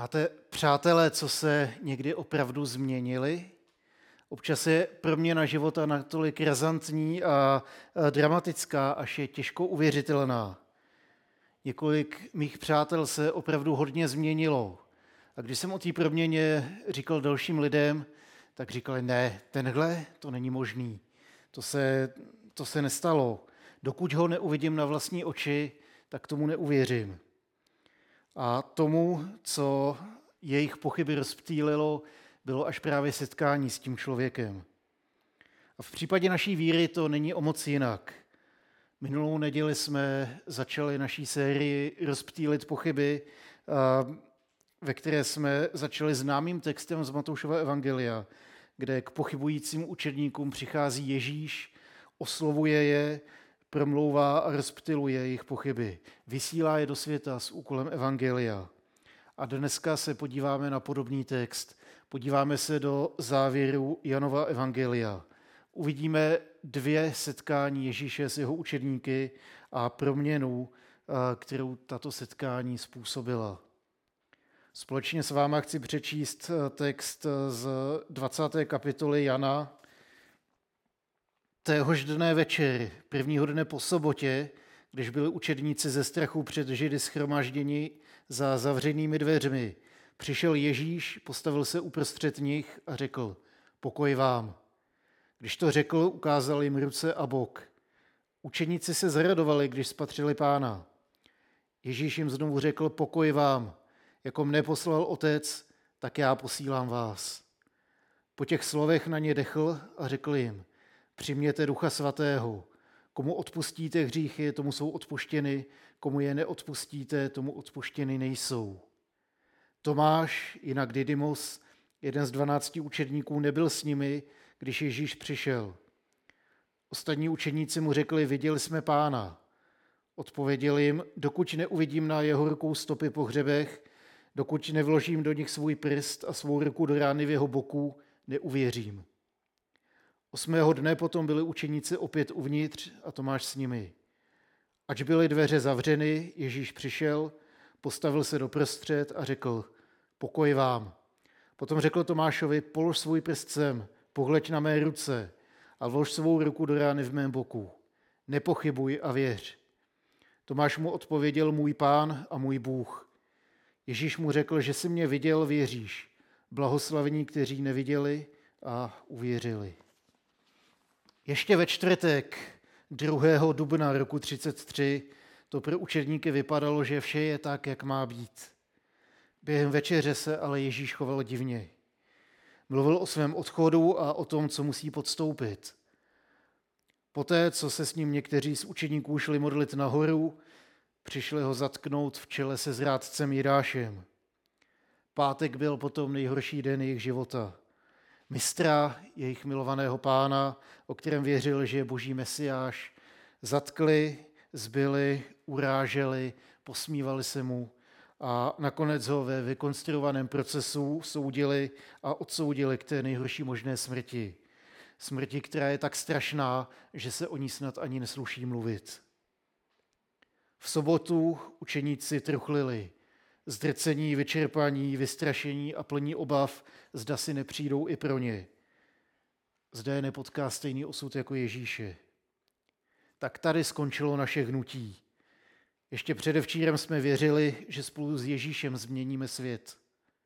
Máte přátelé, co se někdy opravdu změnili? Občas je proměna života natolik razantní a dramatická, až je těžko uvěřitelná. Několik mých přátel se opravdu hodně změnilo. A když jsem o té proměně říkal dalším lidem, tak říkali, ne, tenhle, to není možný. To se nestalo. Dokud ho neuvidím na vlastní oči, tak tomu neuvěřím. A tomu, co jejich pochyby rozptýlilo, bylo až právě setkání s tím člověkem. A v případě naší víry to není o moc jinak. Minulou neděli jsme začali naší sérii Rozptýlit pochyby, ve které jsme začali známým textem z Matoušova evangelia, kde k pochybujícím učedníkům přichází Ježíš, oslovuje je, promlouvá a rozptyluje jejich pochyby. Vysílá je do světa s úkolem evangelia. A dneska se podíváme na podobný text. Podíváme se do závěru Janova evangelia. Uvidíme 2 setkání Ježíše s jeho učedníky a proměnu, kterou tato setkání způsobila. Společně s váma chci přečíst text z 20. kapitoly Jana. Téhož dne večer, prvního dne po sobotě, když byli učedníci ze strachu před Židy shromážděni za zavřenými dveřmi, přišel Ježíš, postavil se uprostřed nich a řekl, pokoj vám. Když to řekl, ukázal jim ruce a bok. Učedníci se zaradovali, když spatřili Pána. Ježíš jim znovu řekl, pokoj vám. Jako mne poslal Otec, tak já posílám vás. Po těch slovech na ně dechl a řekl jim, přijměte Ducha Svatého. Komu odpustíte hříchy, tomu jsou odpuštěny, komu je neodpustíte, tomu odpuštěny nejsou. Tomáš, jinak Didymos, jeden z 12 učedníků, nebyl s nimi, když Ježíš přišel. Ostatní učedníci mu řekli, viděli jsme Pána. Odpověděl jim, dokud neuvidím na jeho rukou stopy po hřebech, dokud nevložím do nich svůj prst a svou ruku do rány v jeho boku, neuvěřím. 8. dne potom byli učeníci opět uvnitř a Tomáš s nimi. Ač byly dveře zavřeny, Ježíš přišel, postavil se doprostřed a řekl, pokoj vám. Potom řekl Tomášovi, polož svůj prst sem, pohleď na mé ruce a vlož svou ruku do rány v mém boku. Nepochybuj a věř. Tomáš mu odpověděl, můj Pán a můj Bůh. Ježíš mu řekl, že jsi mě viděl, věříš. Blahoslavení, kteří neviděli a uvěřili. Ještě ve čtvrtek 2. dubna roku 1933 to pro učedníky vypadalo, že vše je tak, jak má být. Během večeře se ale Ježíš choval divně. Mluvil o svém odchodu a o tom, co musí podstoupit. Poté, co se s ním někteří z učedníků šli modlit nahoru, přišli ho zatknout v čele se zrádcem Jidášem. Pátek byl potom nejhorší den jejich života. Mistra, jejich milovaného Pána, o kterém věřil, že je boží mesiáš, zatkli, zbili, uráželi, posmívali se mu a nakonec ho ve vykonstruovaném procesu soudili a odsoudili k té nejhorší možné smrti. Smrti, která je tak strašná, že se o ní snad ani nesluší mluvit. V sobotu učeníci truchlili, zdrcení, vyčerpaní, vystrašení a plní obav, zda si nepřijdou i pro ně. Zde je nepotká stejný osud jako Ježíše. Tak tady skončilo naše hnutí. Ještě předevčírem jsme věřili, že spolu s Ježíšem změníme svět.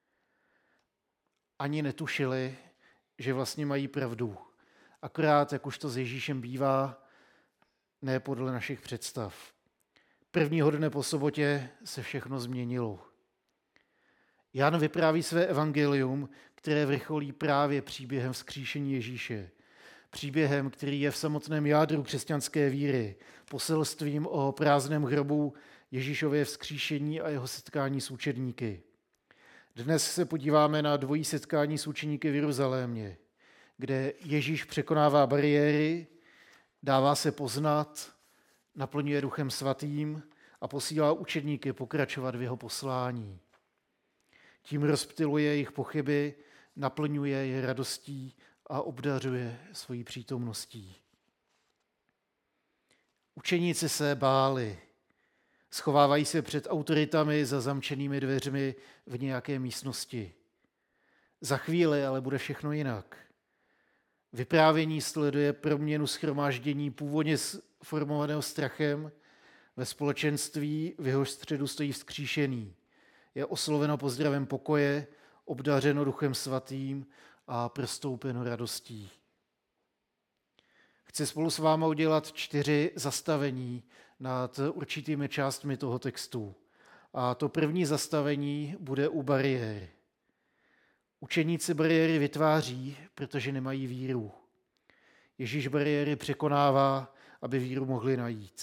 Ani netušili, že vlastně mají pravdu. Akorát, jak už to s Ježíšem bývá, ne podle našich představ. Prvního dne po sobotě se všechno změnilo. Jan vypráví své evangelium, které vrcholí právě příběhem vzkříšení Ježíše. Příběhem, který je v samotném jádru křesťanské víry, poselstvím o prázdném hrobu Ježíšově vzkříšení a jeho setkání s učedníky. Dnes se podíváme na dvojí setkání s učedníky v Jeruzalémě, kde Ježíš překonává bariéry, dává se poznat, naplňuje Duchem Svatým a posílá učedníky pokračovat v jeho poslání. Tím rozptyluje jejich pochyby, naplňuje je radostí a obdařuje svojí přítomností. Učeníci se báli. Schovávají se před autoritami za zamčenými dveřmi v nějaké místnosti. Za chvíli ale bude všechno jinak. Vyprávění sleduje proměnu shromáždění původně formovaného strachem ve společenství, v jehož středu stojí vzkříšený. Je osloveno pozdravem pokoje, obdařeno Duchem svatým a prostoupeno radostí. Chci spolu s vámi udělat 4 zastavení nad určitými částmi toho textu. A to první zastavení bude u bariér. Učeníci bariéry vytváří, protože nemají víru. Ježíš bariéry překonává, aby víru mohli najít.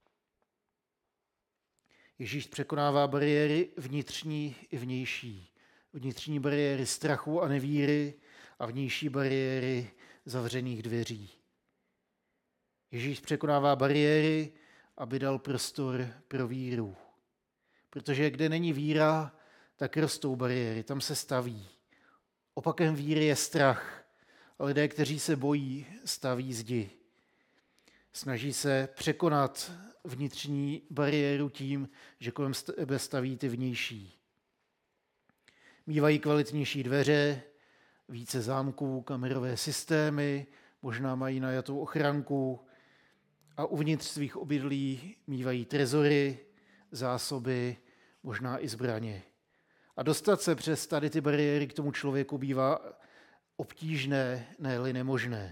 Ježíš překonává bariéry vnitřní i vnější. Vnitřní bariéry strachu a nevíry a vnější bariéry zavřených dveří. Ježíš překonává bariéry, aby dal prostor pro víru. Protože kde není víra, tak rostou bariéry, tam se staví. Opakem víry je strach. A lidé, kteří se bojí, staví zdi. Snaží se překonat vnitřní bariéru tím, že kolem sebe staví ty vnější. Mívají kvalitnější dveře, více zámků, kamerové systémy, možná mají najatou ochranku a uvnitř svých obydlí mívají trezory, zásoby, možná i zbraně. A dostat se přes tady ty bariéry k tomu člověku bývá obtížné, ne-li nemožné.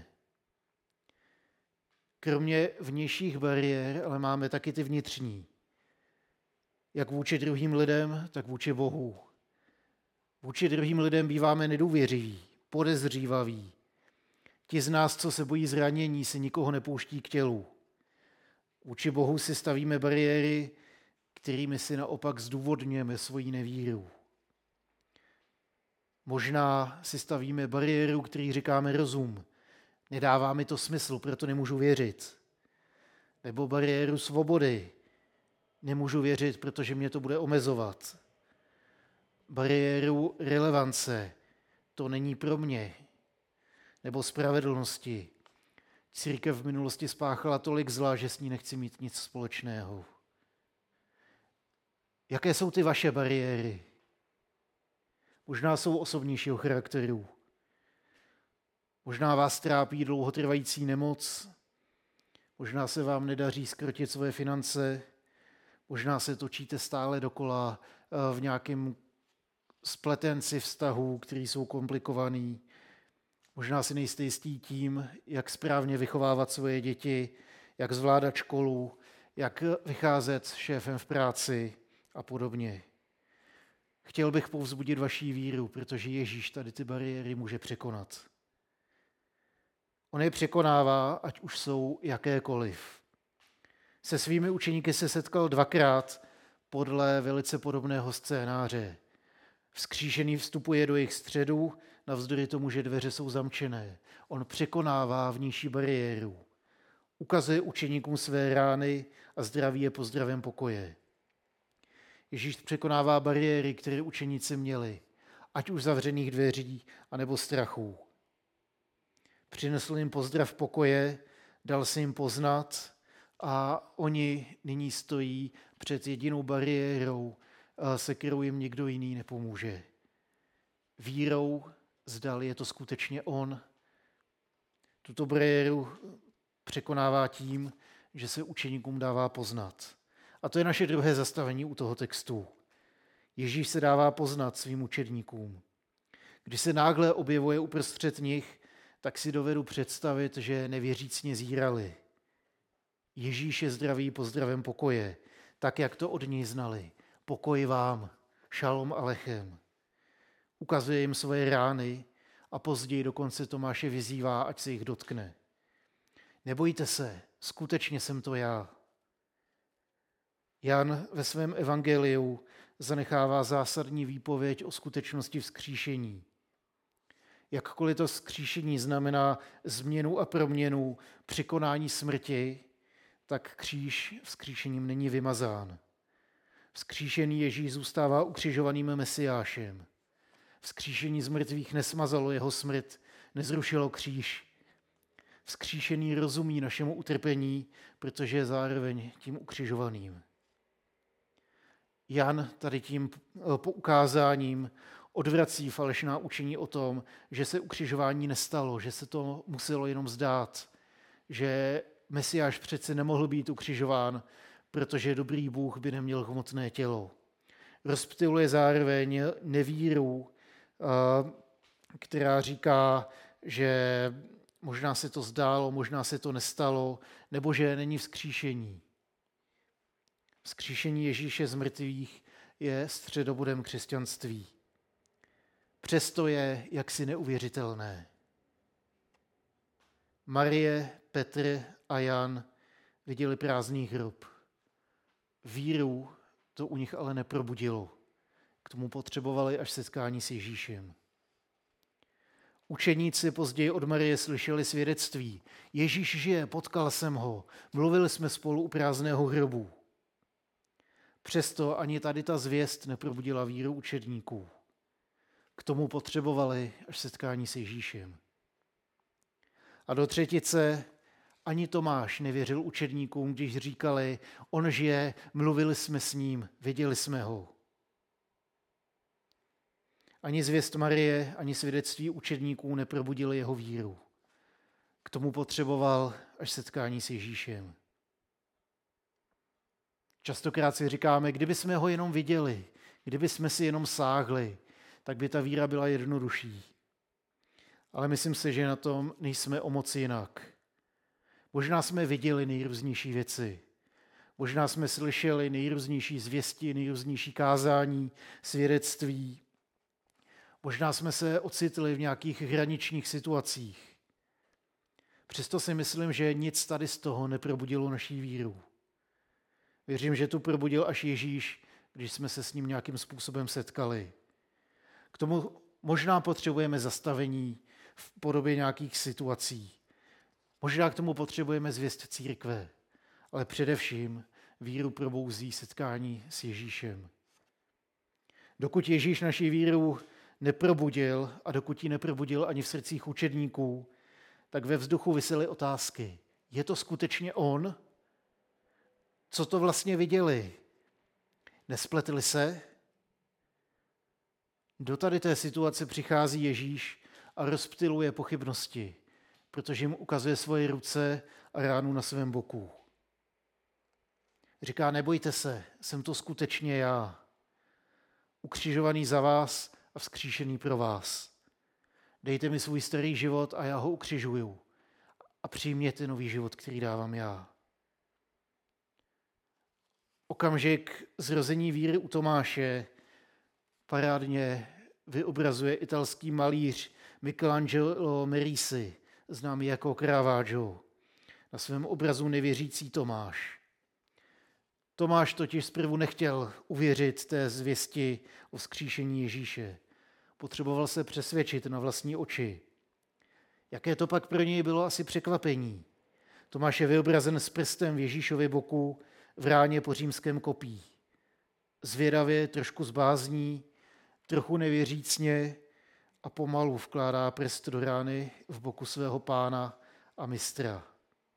Kromě vnějších bariér, ale máme taky ty vnitřní. Jak vůči druhým lidem, tak vůči Bohu. Vůči druhým lidem býváme nedůvěřiví, podezřívaví. Ti z nás, co se bojí zranění, si nikoho nepouští k tělu. Vůči Bohu si stavíme bariéry, kterými si naopak zdůvodňujeme svoji nevíru. Možná si stavíme bariéru, který říkáme rozum. Nedává mi to smysl, proto nemůžu věřit. Nebo bariéru svobody. Nemůžu věřit, protože mě to bude omezovat. Bariéru relevance. To není pro mě. Nebo spravedlnosti. Církev v minulosti spáchala tolik zla, že s ní nechci mít nic společného. Jaké jsou ty vaše bariéry? Možná jsou osobnějšího charakteru. Možná vás trápí dlouhotrvající nemoc, možná se vám nedaří zkrotit svoje finance, možná se točíte stále dokola v nějakém spletenci vztahů, který jsou komplikovaný. Možná si nejste jistí tím, jak správně vychovávat svoje děti, jak zvládat školu, jak vycházet s šéfem v práci a podobně. Chtěl bych povzbudit vaši víru, protože Ježíš tady ty bariéry může překonat. On je překonává, ať už jsou jakékoliv. Se svými učeníky se setkal 2krát podle velice podobného scénáře. Vzkříšený vstupuje do jejich středu, navzdory tomu, že dveře jsou zamčené. On překonává vnější bariéru. Ukazuje učeníkům své rány a zdraví je pozdravem pokoje. Ježíš překonává bariéry, které učeníci měli, ať už zavřených dveří, anebo strachů. Přinesl jim pozdrav pokoje, dal se jim poznat a oni nyní stojí před jedinou bariérou, se kterou jim nikdo jiný nepomůže. Vírou, zdali je to skutečně on. Tuto bariéru překonává tím, že se učeníkům dává poznat. A to je naše druhé zastavení u toho textu. Ježíš se dává poznat svým učedníkům. Když se náhle objevuje uprostřed nich, tak si dovedu představit, že nevěřícně zírali. Ježíš je zdravý pozdravem pokoje, tak jak to od něj znali. Pokoj vám, šalom alechem. Ukazuje jim svoje rány a později dokonce Tomáše vyzývá, ať se jich dotkne. Nebojte se, skutečně jsem to já. Jan ve svém evangeliu zanechává zásadní výpověď o skutečnosti vzkříšení. Jakkoliv to vzkříšení znamená změnu a proměnu, překonání smrti, tak kříž vzkříšením není vymazán. Vzkříšený Ježíš zůstává ukřižovaným Mesiášem. Vzkříšení z mrtvých nesmazalo jeho smrt, nezrušilo kříž. Vzkříšený rozumí našemu utrpení, protože je zároveň tím ukřižovaným. Jan tady tím poukázáním odvrací falešná učení o tom, že se ukřižování nestalo, že se to muselo jenom zdát, že Mesiáš přece nemohl být ukřižován, protože dobrý Bůh by neměl hmotné tělo. Rozptyluje zároveň nevíru, která říká, že možná se to zdálo, možná se to nestalo, nebo že není vzkříšení. Vzkříšení Ježíše z mrtvých je středobodem křesťanství. Přesto je jaksi neuvěřitelné. Marie, Petr a Jan viděli prázdný hrob. Víru to u nich ale neprobudilo. K tomu potřebovali až setkání s Ježíšem. Učeníci později od Marie slyšeli svědectví. Ježíš žije, potkal jsem ho, mluvili jsme spolu u prázdného hrobu. Přesto ani tady ta zvěst neprobudila víru učedníků. K tomu potřebovali až setkání s Ježíšem. A do třetice ani Tomáš nevěřil učedníkům, když říkali, on žije, mluvili jsme s ním, viděli jsme ho. Ani zvěst Marie, ani svědectví učedníků neprobudili jeho víru. K tomu potřeboval až setkání s Ježíšem. Častokrát si říkáme, kdyby jsme ho jenom viděli, kdyby jsme si jenom sáhli, tak by ta víra byla jednodušší. Ale myslím si, že na tom nejsme o moc jinak. Možná jsme viděli nejrůznější věci. Možná jsme slyšeli nejrůznější zvěsti, nejrůznější kázání, svědectví. Možná jsme se ocitli v nějakých hraničních situacích. Přesto si myslím, že nic tady z toho neprobudilo naší víru. Věřím, že tu probudil až Ježíš, když jsme se s ním nějakým způsobem setkali. K tomu možná potřebujeme zastavení v podobě nějakých situací. Možná k tomu potřebujeme zvěst církve, ale především víru probouzí setkání s Ježíšem. Dokud Ježíš naši víru neprobudil a dokud ji neprobudil ani v srdcích učedníků, tak ve vzduchu visely otázky. Je to skutečně on? Co to vlastně viděli? Nespletli se? Do tady té situace přichází Ježíš a rozptyluje pochybnosti, protože jim ukazuje svoje ruce a ránu na svém boku. Říká, nebojte se, jsem to skutečně já. Ukřižovaný za vás a vzkříšený pro vás. Dejte mi svůj starý život a já ho ukřižuju. A přijměte nový život, který dávám já. Okamžik zrození víry u Tomáše parádně vyobrazuje italský malíř Michelangelo Merisi, známý jako Caravaggio, na svém obrazu Nevěřící Tomáš. Tomáš totiž zprvu nechtěl uvěřit té zvěsti o vzkříšení Ježíše. Potřeboval se přesvědčit na vlastní oči. Jaké to pak pro něj bylo asi překvapení. Tomáš je vyobrazen s prstem v Ježíšově boku v ráně po římském kopí. Zvědavě, trošku zbázní, trochu nevěřícně a pomalu vkládá prst do rány v boku svého pána a mistra.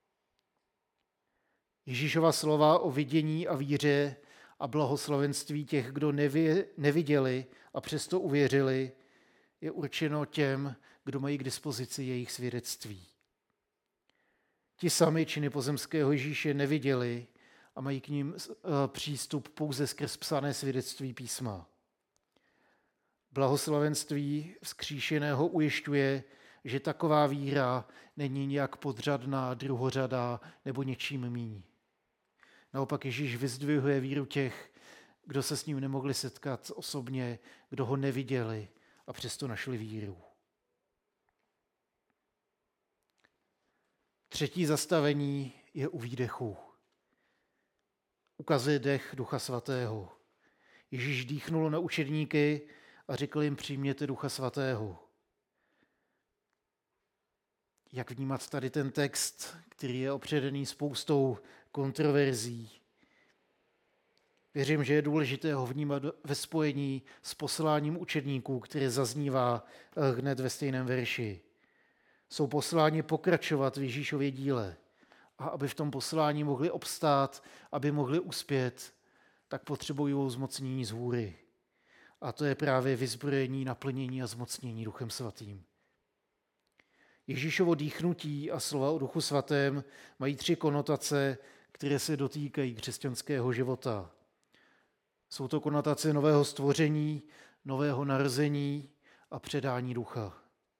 Ježíšova slova o vidění a víře a blahoslavenství těch, kdo neviděli a přesto uvěřili, je určeno těm, kdo mají k dispozici jejich svědectví. Ti sami činy pozemského Ježíše neviděli a mají k ním přístup pouze skrz psané svědectví písma. Blahoslavenství vzkříšeného ujišťuje, že taková víra není nějak podřadná, druhořadá nebo něčím míň. Naopak Ježíš vyzdvihuje víru těch, kdo se s ním nemohli setkat osobně, kdo ho neviděli a přesto našli víru. Třetí zastavení je u výdechu. Ukazuje dech Ducha Svatého. Ježíš dýchnul na učedníky a řekl jim, přijměte Ducha Svatého. Jak vnímat tady ten text, který je opředený spoustou kontroverzí? Věřím, že je důležité ho vnímat ve spojení s posláním učedníků, které zaznívá hned ve stejném verši. Jsou posláni pokračovat v Ježíšově díle a aby v tom poslání mohli obstát, aby mohli uspět, tak potřebují zmocnění z hůry. A to je právě vyzbrojení, naplnění a zmocnění Duchem Svatým. Ježíšovo dýchnutí a slova o Duchu Svatém mají 3 konotace, které se dotýkají křesťanského života. Jsou to konotace nového stvoření, nového narození a předání ducha.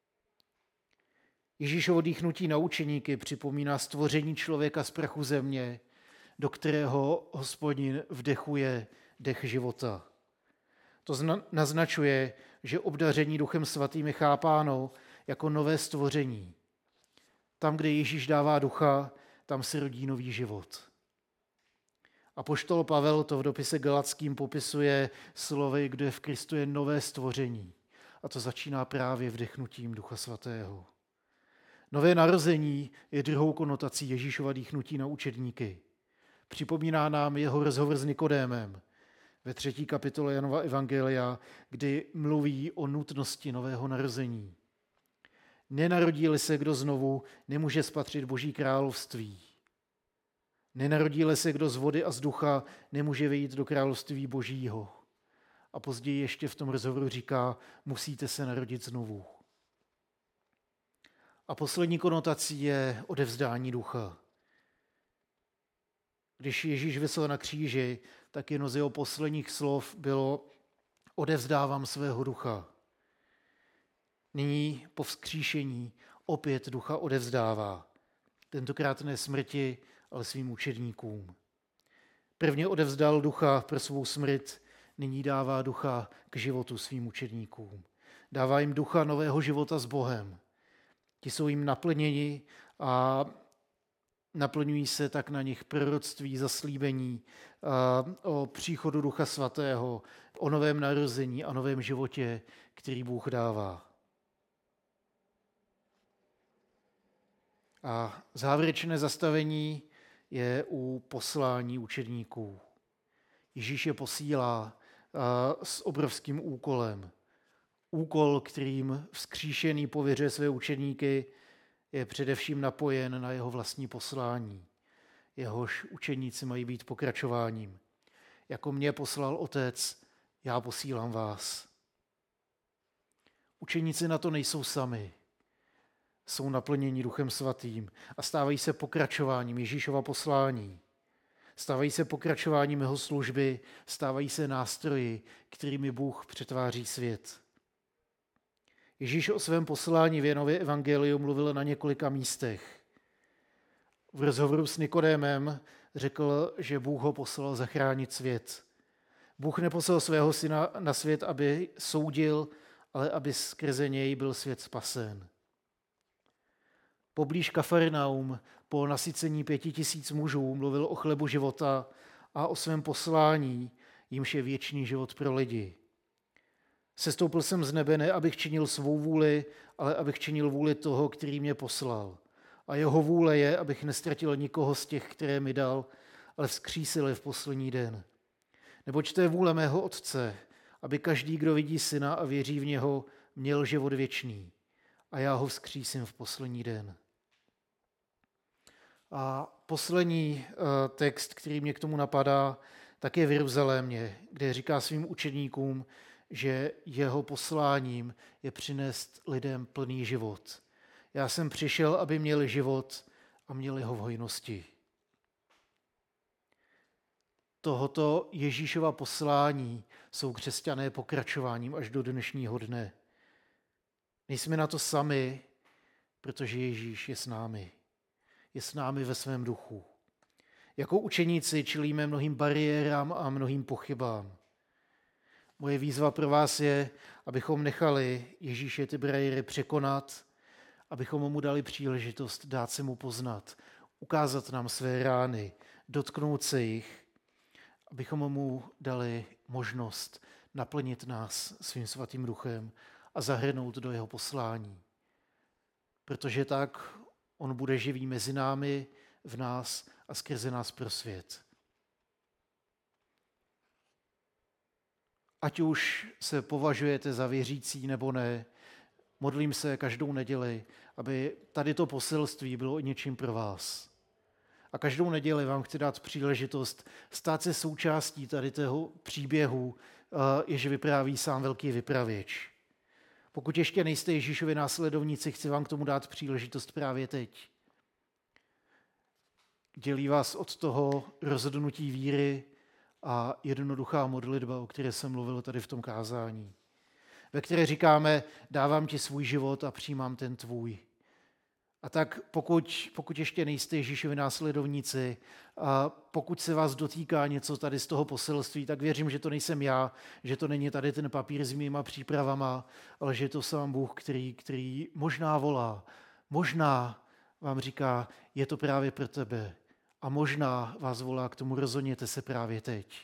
Ježíšovo dýchnutí na učeníky připomíná stvoření člověka z prachu země, do kterého Hospodin vdechuje dech života. To naznačuje, že obdaření Duchem Svatým je chápáno jako nové stvoření. Tam, kde Ježíš dává ducha, tam se rodí nový život. Apoštol Pavel to v dopise Galatským popisuje slovy, kde v Kristu je nové stvoření. A to začíná právě vdechnutím Ducha Svatého. Nové narození je druhou konotací Ježíšova dýchnutí na učedníky. Připomíná nám jeho rozhovor s Nikodémem ve 3. kapitole Janova evangelia, kdy mluví o nutnosti nového narození. Nenarodí-li se kdo znovu, nemůže spatřit Boží království. Nenarodí-li se kdo z vody a z ducha, nemůže vejít do království Božího. A později ještě v tom rozhovoru říká, musíte se narodit znovu. A poslední konotací je odevzdání ducha. Když Ježíš visel na kříži, tak jedno z jeho posledních slov bylo odevzdávám svého ducha. Nyní po vzkříšení opět ducha odevzdává. Tentokrát ne smrti, ale svým učedníkům. Prvně odevzdal ducha pro svou smrt, nyní dává ducha k životu svým učedníkům. Dává jim ducha nového života s Bohem. Ti jsou jim naplněni a naplňují se tak na nich proroctví, zaslíbení o příchodu Ducha Svatého, o novém narození a novém životě, který Bůh dává. A závěrečné zastavení je u poslání učedníků. Ježíš je posílá s obrovským úkolem. Úkol, kterým vzkříšený pověřuje své učedníky, je především napojen na jeho vlastní poslání. Jehož učeníci mají být pokračováním. Jako mě poslal Otec, já posílám vás. Učeníci na to nejsou sami. Jsou naplněni Duchem Svatým a stávají se pokračováním Ježíšova poslání. Stávají se pokračováním jeho služby, stávají se nástroji, kterými Bůh přetváří svět. Ježíš o svém poslání v Janově evangeliu mluvil na několika místech. V rozhovoru s Nikodémem řekl, že Bůh ho poslal zachránit svět. Bůh neposlal svého syna na svět, aby soudil, ale aby skrze něj byl svět spasen. Poblíž Kafarnaum po nasycení 5000 mužů mluvil o chlebu života a o svém poslání, jímž je věčný život pro lidi. Sestoupil jsem z nebe, ne abych činil svou vůli, ale abych činil vůli toho, který mě poslal. A jeho vůle je, abych nestratil nikoho z těch, které mi dal, ale vzkřísil je v poslední den. Neboť to je vůle mého Otce, aby každý, kdo vidí syna a věří v něho, měl život věčný. A já ho vzkřísím v poslední den. A poslední text, který mě k tomu napadá, tak je v Jeruzalémě, kde říká svým učedníkům, že jeho posláním je přinést lidem plný život. Já jsem přišel, aby měli život a měli ho v hojnosti. Tohoto Ježíšova poslání jsou křesťané pokračováním až do dnešního dne. Nejsme na to sami, protože Ježíš je s námi. Je s námi ve svém duchu. Jako učeníci čelíme mnohým bariérám a mnohým pochybám. Moje výzva pro vás je, abychom nechali Ježíše ty bariéry překonat, abychom mu dali příležitost dát se mu poznat, ukázat nám své rány, dotknout se jich, abychom mu dali možnost naplnit nás svým svatým duchem a zahrnout do jeho poslání. Protože tak on bude živý mezi námi, v nás a skrze nás pro svět. Ať už se považujete za věřící nebo ne, modlím se každou neděli, aby tady to poselství bylo něčím pro vás. A každou neděli vám chci dát příležitost stát se součástí tady toho příběhu, jež vypráví sám velký vypravěč. Pokud ještě nejste Ježíšovi následovníci, chci vám k tomu dát příležitost právě teď. Dělí vás od toho rozhodnutí víry a jednoduchá modlitba, o které jsem mluvil tady v tom kázání, ve které říkáme, dávám ti svůj život a přijímám ten tvůj. A tak pokud ještě nejste Ježíšovi následovníci, a pokud se vás dotýká něco tady z toho poselství, tak věřím, že to nejsem já, že to není tady ten papír s mýma přípravama, ale že je to sám Bůh, který možná volá, možná vám říká, je to právě pro tebe. A možná vás volá k tomu, rozhodněte se právě teď.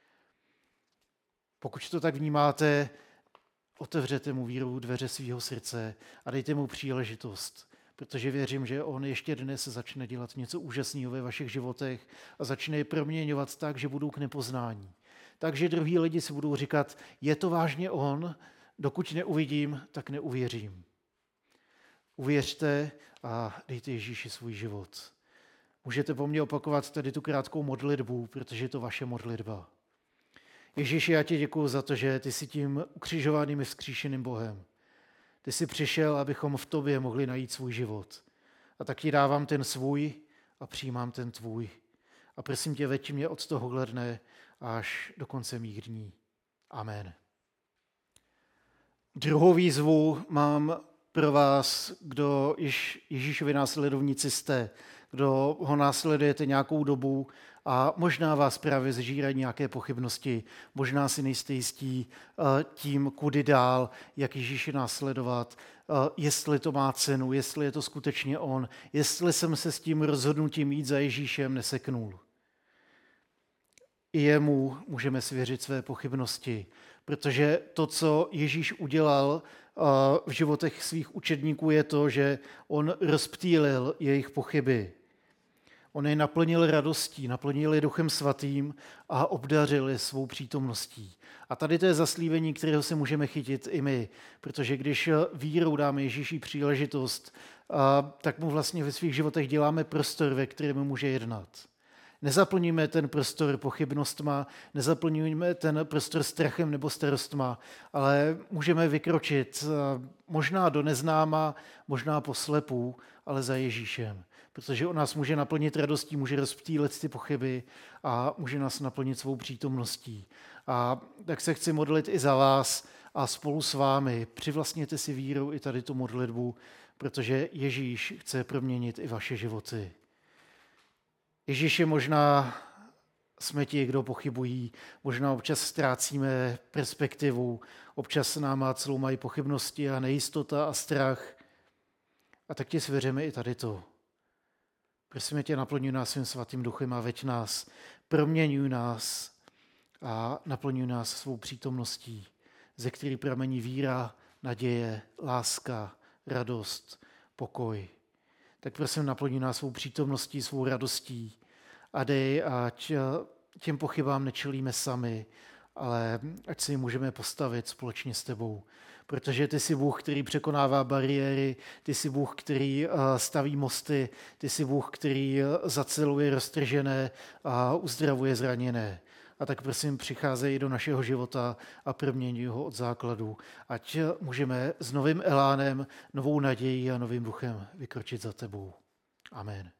Pokud to tak vnímáte, otevřete mu vírou dveře svého srdce a dejte mu příležitost, protože věřím, že on ještě dnes začne dělat něco úžasného ve vašich životech a začne je proměňovat tak, že budou k nepoznání. Takže druhý lidi si budou říkat, je to vážně on, dokud neuvidím, tak neuvěřím. Uvěřte a dejte Ježíši svůj život. Můžete po mně opakovat tady tu krátkou modlitbu, protože je to vaše modlitba. Ježíši, já ti děkuju za to, že ty jsi tím ukřižovaným i vzkříšeným Bohem. Ty jsi přišel, abychom v tobě mohli najít svůj život. A tak ti dávám ten svůj a přijímám ten tvůj. A prosím tě, veď mě od tohohle dne až do konce mých dní. Amen. Druhou výzvu mám pro vás, kdo již Ježíšovi následovníci jste, kdo ho následujete nějakou dobu a možná vás právě zžírají nějaké pochybnosti, možná si nejste jistí tím, kudy dál, jak Ježíše následovat, jestli to má cenu, jestli je to skutečně on, jestli jsem se s tím rozhodnutím jít za Ježíšem neseknul. I jemu můžeme svěřit své pochybnosti, protože to, co Ježíš udělal v životech svých učedníků, je to, že on rozptýlil jejich pochyby. On je naplnil radostí, naplnil je Duchem Svatým a obdařil je svou přítomností. A tady to je zaslíbení, kterého se můžeme chytit i my, protože když vírou dáme Ježíši příležitost, tak mu vlastně ve svých životech děláme prostor, ve kterém může jednat. Nezaplníme ten prostor pochybnostma, nezaplňujeme ten prostor strachem nebo starostma, ale můžeme vykročit možná do neznáma, možná po slepu, ale za Ježíšem. Protože on nás může naplnit radostí, může rozptýlit ty pochyby a může nás naplnit svou přítomností. A tak se chci modlit i za vás a spolu s vámi. Přivlastněte si vírou i tady tu modlitbu, protože Ježíš chce proměnit i vaše životy. Ježíši, možná jsme ti, kdo pochybují, možná občas ztrácíme perspektivu, občas náma celou mají pochybnosti a nejistota a strach. A tak ti svěříme i tady to. Prosíme tě, naplňuj nás svým svatým duchem a veď nás, proměňuj nás a naplňuj nás svou přítomností, ze který pramení víra, naděje, láska, radost, pokoj. Tak prosím, naplňuj nás svou přítomností, svou radostí a dej, ať těm pochybám nečelíme sami, ale ať si můžeme postavit společně s tebou. Protože ty jsi Bůh, který překonává bariéry, ty jsi Bůh, který staví mosty, ty jsi Bůh, který zaceluje roztržené a uzdravuje zraněné. A tak prosím, přicházej do našeho života a proměňuj ho od základu. Ať můžeme s novým elánem, novou nadějí a novým duchem vykročit za tebou. Amen.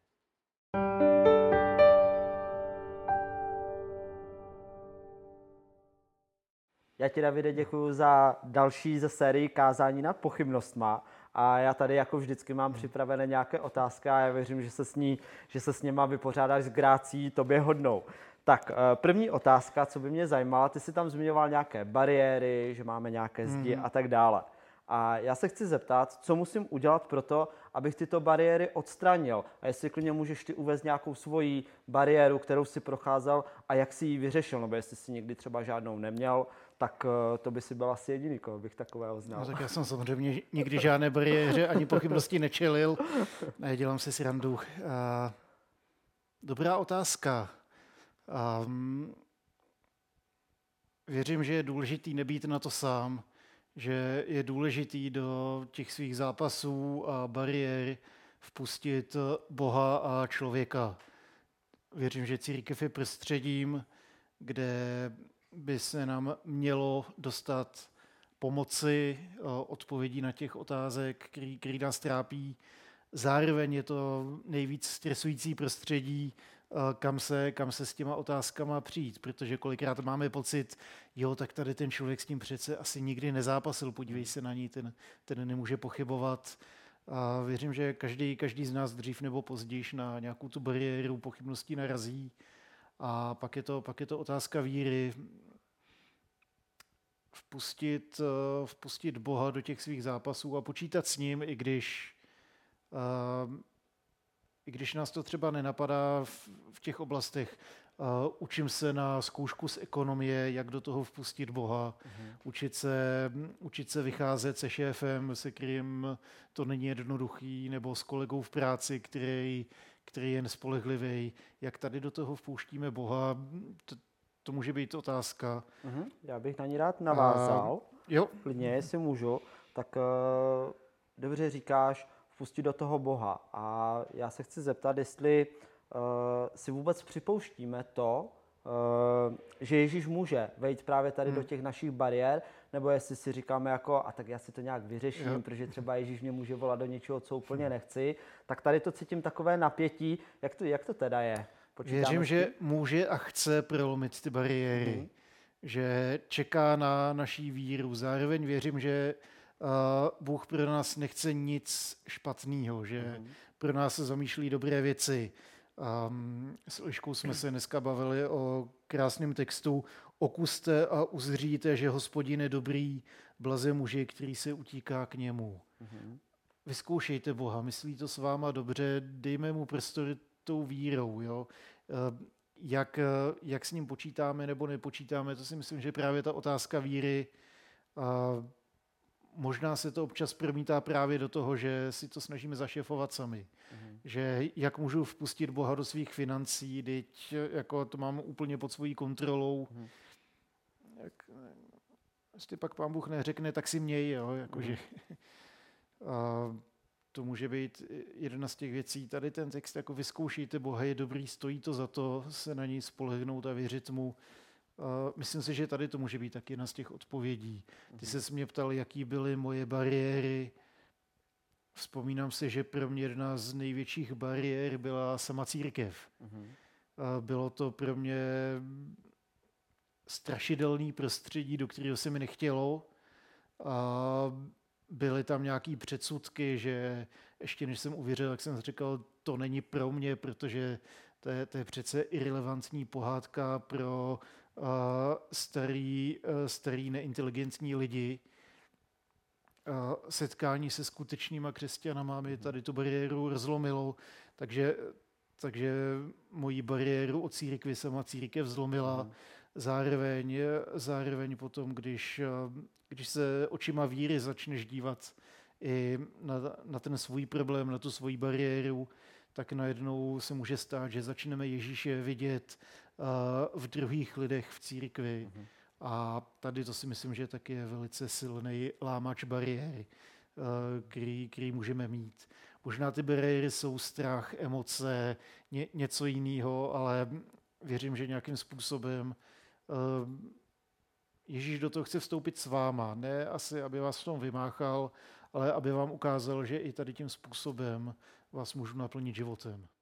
Já ti, Davide, děkuji za další ze sérii kázání nad pochybnostma a já tady jako vždycky mám připravené nějaké otázky a já věřím, že se s něma vypořádáš s grácí tobě hodnou. Tak první otázka, co by mě zajímala, ty jsi tam zmiňoval nějaké bariéry, že máme nějaké zdi a tak dále. A já se chci zeptat, co musím udělat pro to, abych tyto bariéry odstranil. A jestli klidně můžeš ty uvést nějakou svoji bariéru, kterou jsi procházel a jak jsi ji vyřešil, nebo jestli jsi nikdy třeba žádnou neměl, tak to by si byl asi jediný, koho bych takového znal. No tak já jsem samozřejmě nikdy žádné bariéře ani pochybnosti nečelil. Dělám si srandu. Dobrá otázka. Věřím, že je důležitý nebýt na to sám, že je důležitý do těch svých zápasů a bariér vpustit Boha a člověka. věřím, že církev je prostředím, kde by se nám mělo dostat pomoci, odpovědí na těch otázek, který nás trápí. Zároveň je to nejvíc stresující prostředí, kam se s těma otázkama přijít, protože kolikrát máme pocit, jo, tak tady ten člověk s tím přece asi nikdy nezápasil, podívej se na ní, ten nemůže pochybovat. A věřím, že každý z nás dřív nebo později na nějakou tu bariéru pochybností narazí. A pak je to otázka víry, vpustit Boha do těch svých zápasů a počítat s ním, i když nás to třeba nenapadá v těch oblastech. Učím se na zkoušku z ekonomie, jak do toho vpustit Boha, učit se vycházet se šéfem, se kterým to není jednoduchý, nebo s kolegou v práci, který je nespolehlivý. Jak tady do toho vpouštíme Boha, to může být otázka. Já bych na ní rád navázal. Jo. Klidně, jestli můžu. Tak dobře říkáš, vpustit do toho Boha. A já se chci zeptat, jestli si vůbec připouštíme to, že Ježíš může vejít právě tady do těch našich bariér, nebo jestli si říkáme jako, a tak já si to nějak vyřeším, protože třeba Ježíš mě může volat do něčeho, co úplně nechci, tak tady to cítím takové napětí. Jak to teda je? Věřím, že může a chce prolomit ty bariéry, že čeká na naší víru. Zároveň věřím, že Bůh pro nás nechce nic špatného, že pro nás se zamýšlí dobré věci. S Liškou jsme se dneska bavili o krásném textu: okuste a uzříte, že Hospodin je dobrý, blaze muži, který se utíká k němu. Vyzkoušejte Boha, myslí to s váma dobře, dejme mu prostor tou vírou. Jo? Jak s ním počítáme nebo nepočítáme, to si myslím, že právě ta otázka víry. Možná se to občas promítá právě do toho, že si to snažíme zašefovat sami. Že jak můžu vpustit Boha do svých financí, teď jako to mám úplně pod svojí kontrolou. Jestli pak Pán Bůh neřekne, tak si měj. Jo? Jakože, to může být jedna z těch věcí. Tady ten text, jako vyzkoušejte Boha, je dobrý, stojí to za to se na něj spolehnout a věřit mu. Myslím si, že tady to může být taky jedna z těch odpovědí. Ty ses mě ptal, jaký byly moje bariéry. Vzpomínám si, že pro mě jedna z největších bariér byla sama církev. Bylo to pro mě strašidelný prostředí, do kterého se mi nechtělo. Byly tam nějaký předsudky, že ještě než jsem uvěřil, tak jsem říkal, to není pro mě, protože to je přece irelevantní pohádka pro starý neinteligentní lidi. Setkání se skutečnýma křesťanama mi tady tu bariéru rozlomilo, takže moji bariéru od církvi sama církev zlomila. Zároveň potom, když se očima víry začneš dívat i na ten svůj problém, na tu svoji bariéru, tak najednou se může stát, že začneme Ježíše vidět v druhých lidech v církvi. A tady to si myslím, že taky je velice silný lámač bariéry, který můžeme mít. Možná ty bariéry jsou strach, emoce, něco jiného, ale věřím, že nějakým způsobem Ježíš do toho chce vstoupit s váma. Ne asi, aby vás v tom vymáchal, ale aby vám ukázal, že i tady tím způsobem vás můžu naplnit životem.